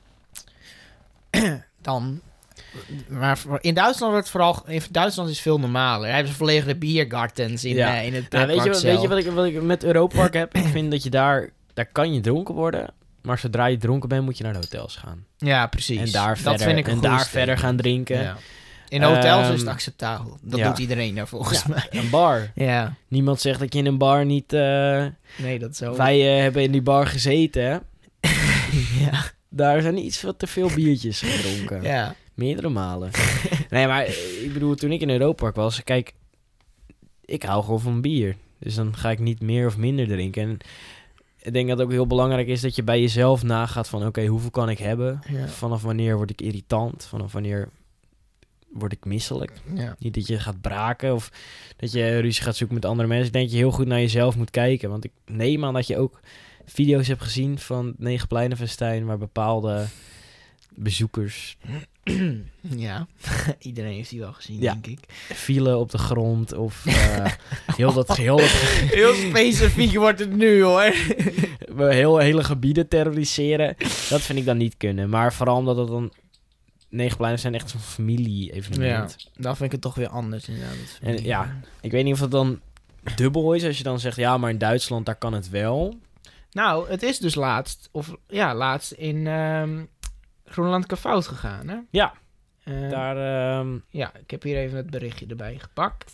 S2: Dan... Maar voor- in Duitsland wordt het vooral... In Duitsland is het veel normaler. Daar hebben ze volledige biergartens in,
S1: Ja.
S2: uh, in het
S1: Ja,
S2: pretpark
S1: weet, je,
S2: zelf.
S1: weet je wat ik, wat ik met Europa Park heb? Ik vind dat je daar... Daar kan je dronken worden. Maar zodra je dronken bent, moet je naar de hotels gaan.
S2: Ja, precies.
S1: En daar,
S2: dat
S1: verder,
S2: vind ik een
S1: en
S2: goede
S1: daar
S2: statement.
S1: verder gaan drinken.
S2: Ja. In hotels
S1: Um,
S2: is het acceptabel. Dat
S1: ja.
S2: doet iedereen daar volgens
S1: Ja,
S2: mij.
S1: een bar.
S2: Ja.
S1: Niemand zegt dat je in een bar niet... Uh,
S2: Nee, dat zo.
S1: wij uh, hebben in die bar gezeten, hè?
S2: ja.
S1: daar zijn iets wat te veel biertjes gedronken.
S2: Ja.
S1: Meerdere malen. Nee, maar ik bedoel, toen ik in Europapark was... Kijk, ik hou gewoon van bier. Dus dan ga ik niet meer of minder drinken. En ik denk dat het ook heel belangrijk is dat je bij jezelf nagaat van... Oké, okay, hoeveel kan ik hebben?
S2: Ja.
S1: Vanaf wanneer word ik irritant? Vanaf wanneer word ik misselijk?
S2: Ja.
S1: Niet dat je gaat braken of dat je ruzie gaat zoeken met andere mensen. Ik denk dat je heel goed naar jezelf moet kijken. Want ik neem aan dat je ook video's hebt gezien van het Negenpleinenfestijn... waar bepaalde bezoekers...
S2: Ja, iedereen heeft die wel gezien,
S1: ja.
S2: denk ik.
S1: Vielen op de grond of uh, heel dat... Heel, dat
S2: heel specifiek wordt het nu, hoor.
S1: heel hele gebieden terroriseren. Dat vind ik dan niet kunnen. Maar vooral omdat het dan... Negenpleinen zijn echt zo'n familie-evenement.
S2: Ja, dan vind ik het toch weer anders, inderdaad.
S1: En ja, ik weet niet of dat dan dubbel is als je dan zegt... Ja, maar in Duitsland, daar kan het wel.
S2: Nou, het is dus laatst... Of ja, laatst in... Um, Groenland Fout gegaan, hè?
S1: Ja,
S2: uh,
S1: daar... Um...
S2: Ja, ik heb hier even het berichtje erbij gepakt.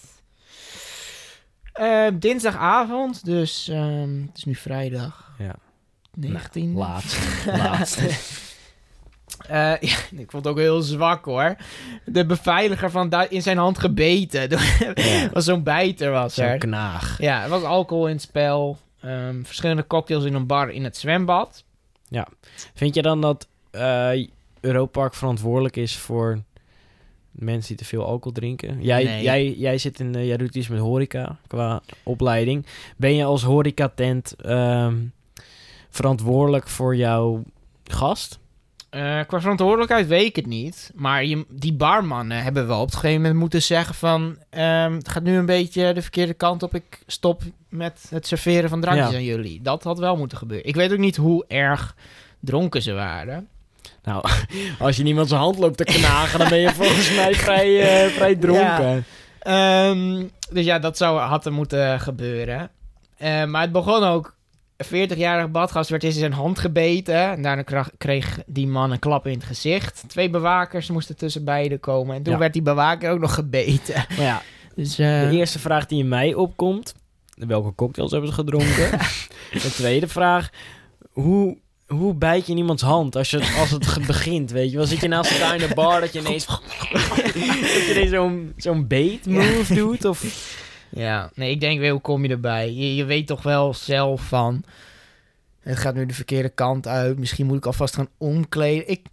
S2: Uh, dinsdagavond, dus um, het is nu vrijdag.
S1: Ja.
S2: negentien.
S1: Nou, laatst. laatst.
S2: uh, ja, ik vond het ook heel zwak, hoor. De beveiliger van Du- in zijn hand gebeten. Ja. was zo'n bijter, was
S1: zo'n
S2: er.
S1: Zo'n knaag.
S2: Ja, er was alcohol in het spel. Um, verschillende cocktails in een bar in het zwembad.
S1: Ja. Vind je dan dat... Uh, Europark verantwoordelijk is voor mensen die te veel alcohol drinken. Jij,
S2: nee.
S1: jij, jij zit in, uh, jij doet iets met horeca qua opleiding. Ben je als horecatent um, verantwoordelijk voor jouw gast?
S2: Uh, qua verantwoordelijkheid weet ik het niet. Maar je, die barmannen hebben wel op het gegeven moment moeten zeggen van... Um, het gaat nu een beetje de verkeerde kant op. Ik stop met het serveren van drankjes ja. aan jullie. Dat had wel moeten gebeuren. Ik weet ook niet hoe erg dronken ze waren.
S1: Nou, als je niemand zijn hand loopt te knagen... dan ben je volgens mij vrij, uh, vrij dronken.
S2: Ja. Um, dus ja, dat zou, had er moeten gebeuren. Uh, maar het begon ook... Een veertigjarig badgast werd in zijn hand gebeten. En daarna kreeg die man een klap in het gezicht. Twee bewakers moesten tussen beiden komen. En toen ja. werd die bewaker ook nog gebeten.
S1: Maar ja,
S2: dus, uh...
S1: de eerste vraag die in mij opkomt... welke cocktails hebben ze gedronken? De tweede vraag... hoe... Hoe bijt je in iemands hand als, je, als het begint, weet je wel? Zit je naast elkaar in de bar dat je ineens... dat je ineens zo'n, zo'n bait move ja. doet? Of...
S2: Ja, nee, ik denk wel, hoe kom je erbij? Je, je weet toch wel zelf van... Het gaat nu de verkeerde kant uit. Misschien moet ik alvast gaan omkleden. Ik...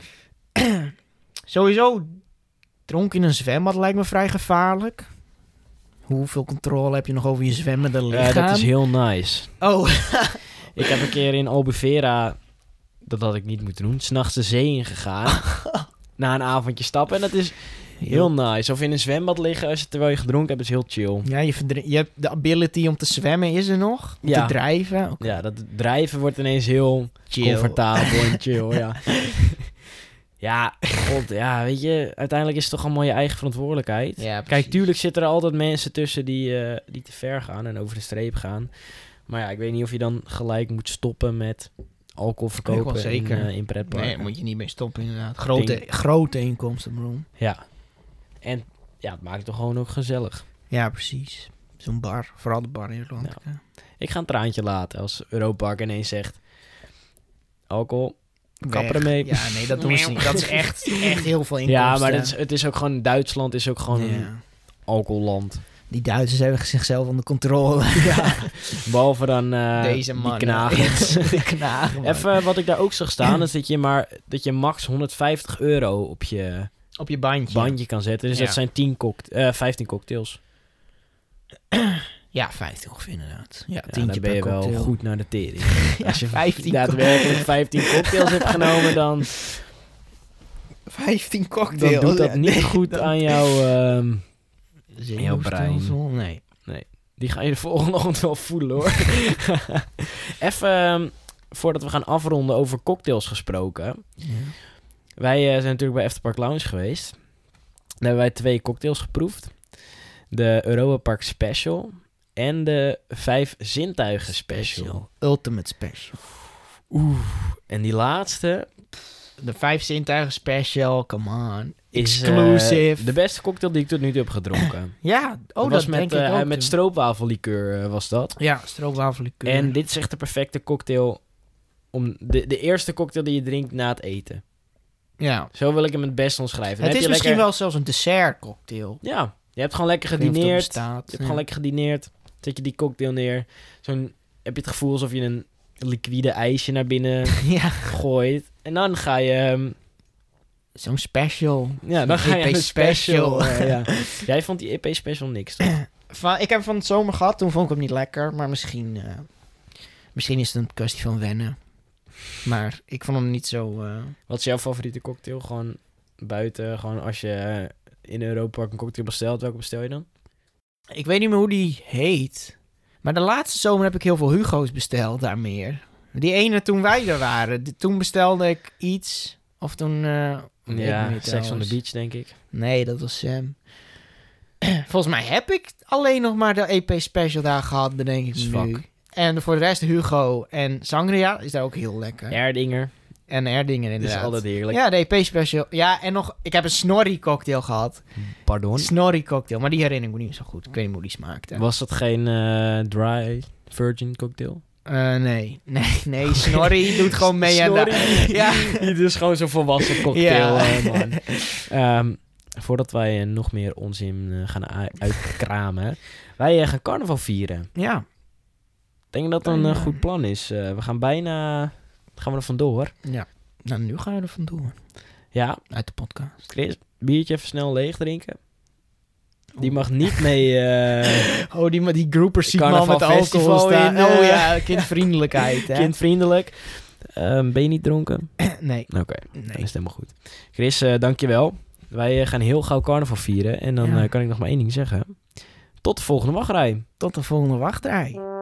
S2: Sowieso, dronken in een zwembad lijkt me vrij gevaarlijk. Hoeveel controle heb je nog over je zwemmende lichaam?
S1: Ja, dat is heel nice.
S2: Oh.
S1: Ik heb een keer in Albufeira... Dat had ik niet moeten doen. 's Nachts de zee ingegaan. Na een avondje stappen. En dat is heel nice. Of in een zwembad liggen als je, terwijl je gedronken hebt, is heel chill.
S2: Ja, je, verdri- je hebt de ability om te zwemmen, is er nog? Om ja. te drijven? Okay.
S1: Ja, dat drijven wordt ineens heel chill. Comfortabel en chill, ja. Ja, god, ja, weet je, uiteindelijk is het toch allemaal je eigen verantwoordelijkheid.
S2: Ja,
S1: kijk, tuurlijk zitten er altijd mensen tussen die, uh, die te ver gaan en over de streep gaan. Maar ja, ik weet niet of je dan gelijk moet stoppen met... alcohol verkopen zeker. In, uh, in pretparken.
S2: Nee, daar moet je niet mee stoppen inderdaad. Grote, Denk... grote inkomstenbron.
S1: Ja. En ja, het maakt het toch gewoon ook gezellig.
S2: Ja, precies. Zo'n bar. Vooral de bar in Irland. Ja. Ja.
S1: Ik ga een traantje laten als Europark ineens zegt... alcohol, kap ermee.
S2: Ja, nee, dat doen ze niet. Dat is echt, echt heel veel inkomsten.
S1: Ja, maar het is, het is ook gewoon... Duitsland is ook gewoon ja. een alcoholland.
S2: Die Duitsers hebben zichzelf onder controle.
S1: Ja. Behalve dan uh,
S2: Deze man,
S1: die knagers.
S2: Die knagen,
S1: Even wat ik daar ook zag staan, is dat je maar dat je max honderdvijftig euro op je,
S2: op je bandje.
S1: bandje kan zetten. Dus ja. dat zijn tien coct- uh, vijftien cocktails.
S2: Ja, vijftien ongeveer inderdaad. Ja,
S1: ja, dan ben je wel
S2: cocktail.
S1: goed naar de tering.
S2: Ja,
S1: als je
S2: vijftien
S1: daadwerkelijk vijftien cocktails hebt genomen, dan...
S2: vijftien cocktails?
S1: Dan doet dat
S2: ja,
S1: niet
S2: nee,
S1: goed
S2: dan...
S1: aan jouw... Um, Jouw
S2: brein. Nee.
S1: nee. Die ga je de volgende ochtend wel voelen, hoor. Even, um, voordat we gaan afronden over cocktails gesproken. Ja. Wij uh, zijn natuurlijk bij Efterpark Lounge geweest. Daar hebben wij twee cocktails geproefd. De Europapark Special en de Vijf Zintuigen Special. special.
S2: Ultimate Special.
S1: Oeh. En die laatste...
S2: De Vijf Zintuigen Special, come on.
S1: Is
S2: exclusive.
S1: Uh, de beste cocktail die ik tot nu toe heb gedronken.
S2: Ja, oh, dat,
S1: dat was
S2: denk
S1: met,
S2: ik
S1: uh,
S2: ook.
S1: met stroopwafellikeur uh, was dat.
S2: Ja, stroopwafellikeur.
S1: En dit is echt de perfecte cocktail om de, de eerste cocktail die je drinkt na het eten.
S2: Ja.
S1: Zo wil ik hem het best omschrijven. Dan
S2: Het
S1: heb
S2: is
S1: je
S2: misschien
S1: lekker...
S2: wel zelfs een dessert-cocktail.
S1: Ja, je hebt gewoon lekker
S2: Ik weet niet of het
S1: gedineerd. Je
S2: bestaat.
S1: hebt
S2: Ja.
S1: gewoon lekker gedineerd. Zet je die cocktail neer. Zo'n, heb je het gevoel alsof je een liquide ijsje naar binnen
S2: Ja,
S1: gooit. En dan ga je... ehm,
S2: zo'n special.
S1: ja, dan ga je
S2: E P
S1: aan een special.
S2: special.
S1: eh, ja. Jij vond die E P special niks, toch?
S2: Van, ik heb hem van het zomer gehad, toen vond ik hem niet lekker. Maar misschien, uh, misschien is het een kwestie van wennen. Maar ik vond hem niet zo... Uh...
S1: Wat is jouw favoriete cocktail? Gewoon buiten, gewoon als je uh, in Europa Park een cocktail bestelt. Welke bestel je dan?
S2: Ik weet niet meer hoe die heet. Maar de laatste zomer heb ik heel veel Hugo's besteld, daar meer. Die ene toen wij er waren. Die, toen bestelde ik iets. Of toen... Uh,
S1: ja, Sex on the Beach, denk ik.
S2: Nee, dat was Sam. Volgens mij heb ik alleen nog maar de E P special daar gehad, bedenk ik
S1: Is
S2: nu.
S1: fuck.
S2: En voor de rest Hugo en Sangria is daar ook heel lekker.
S1: Erdinger.
S2: En Erdingen
S1: Dat is
S2: inderdaad.
S1: altijd heerlijk.
S2: Ja, de E P special. Ja, en nog... Ik heb een Snorri cocktail gehad.
S1: Pardon?
S2: Snorri cocktail. Maar die herinner ik me niet zo goed. Ik weet niet hoe die smaakte.
S1: Was dat geen uh, dry virgin cocktail?
S2: Uh, nee. Nee, nee. Snorri doet gewoon mee aan
S1: Snorri,
S2: de... Ja.
S1: Dit is gewoon zo'n volwassen cocktail,
S2: Ja.
S1: uh, man. Um, voordat wij uh, nog meer onzin uh, gaan u- uitkramen. Wij uh, gaan carnaval vieren.
S2: Ja.
S1: Ik denk dat dat een uh, goed plan is. Uh, we gaan bijna... Gaan we er vandoor?
S2: Ja. Nou, nu gaan we er vandoor.
S1: Ja.
S2: Uit de podcast.
S1: Chris, biertje even snel leeg drinken. Die mag niet mee... Uh,
S2: Oh, die, die groupers ziet man
S1: Carnaval
S2: met alcohol
S1: Festival
S2: staan.
S1: in, uh,
S2: Oh ja, kindvriendelijkheid, hè?
S1: kindvriendelijk. Um, ben je niet dronken?
S2: Nee.
S1: Oké, okay,
S2: Nee.
S1: dan is het helemaal goed. Chris, uh, dankjewel. Wij uh, gaan heel gauw carnaval vieren. En dan
S2: Ja.
S1: uh, kan ik nog maar één ding zeggen. Tot de volgende wachtrij.
S2: Tot de volgende wachtrij.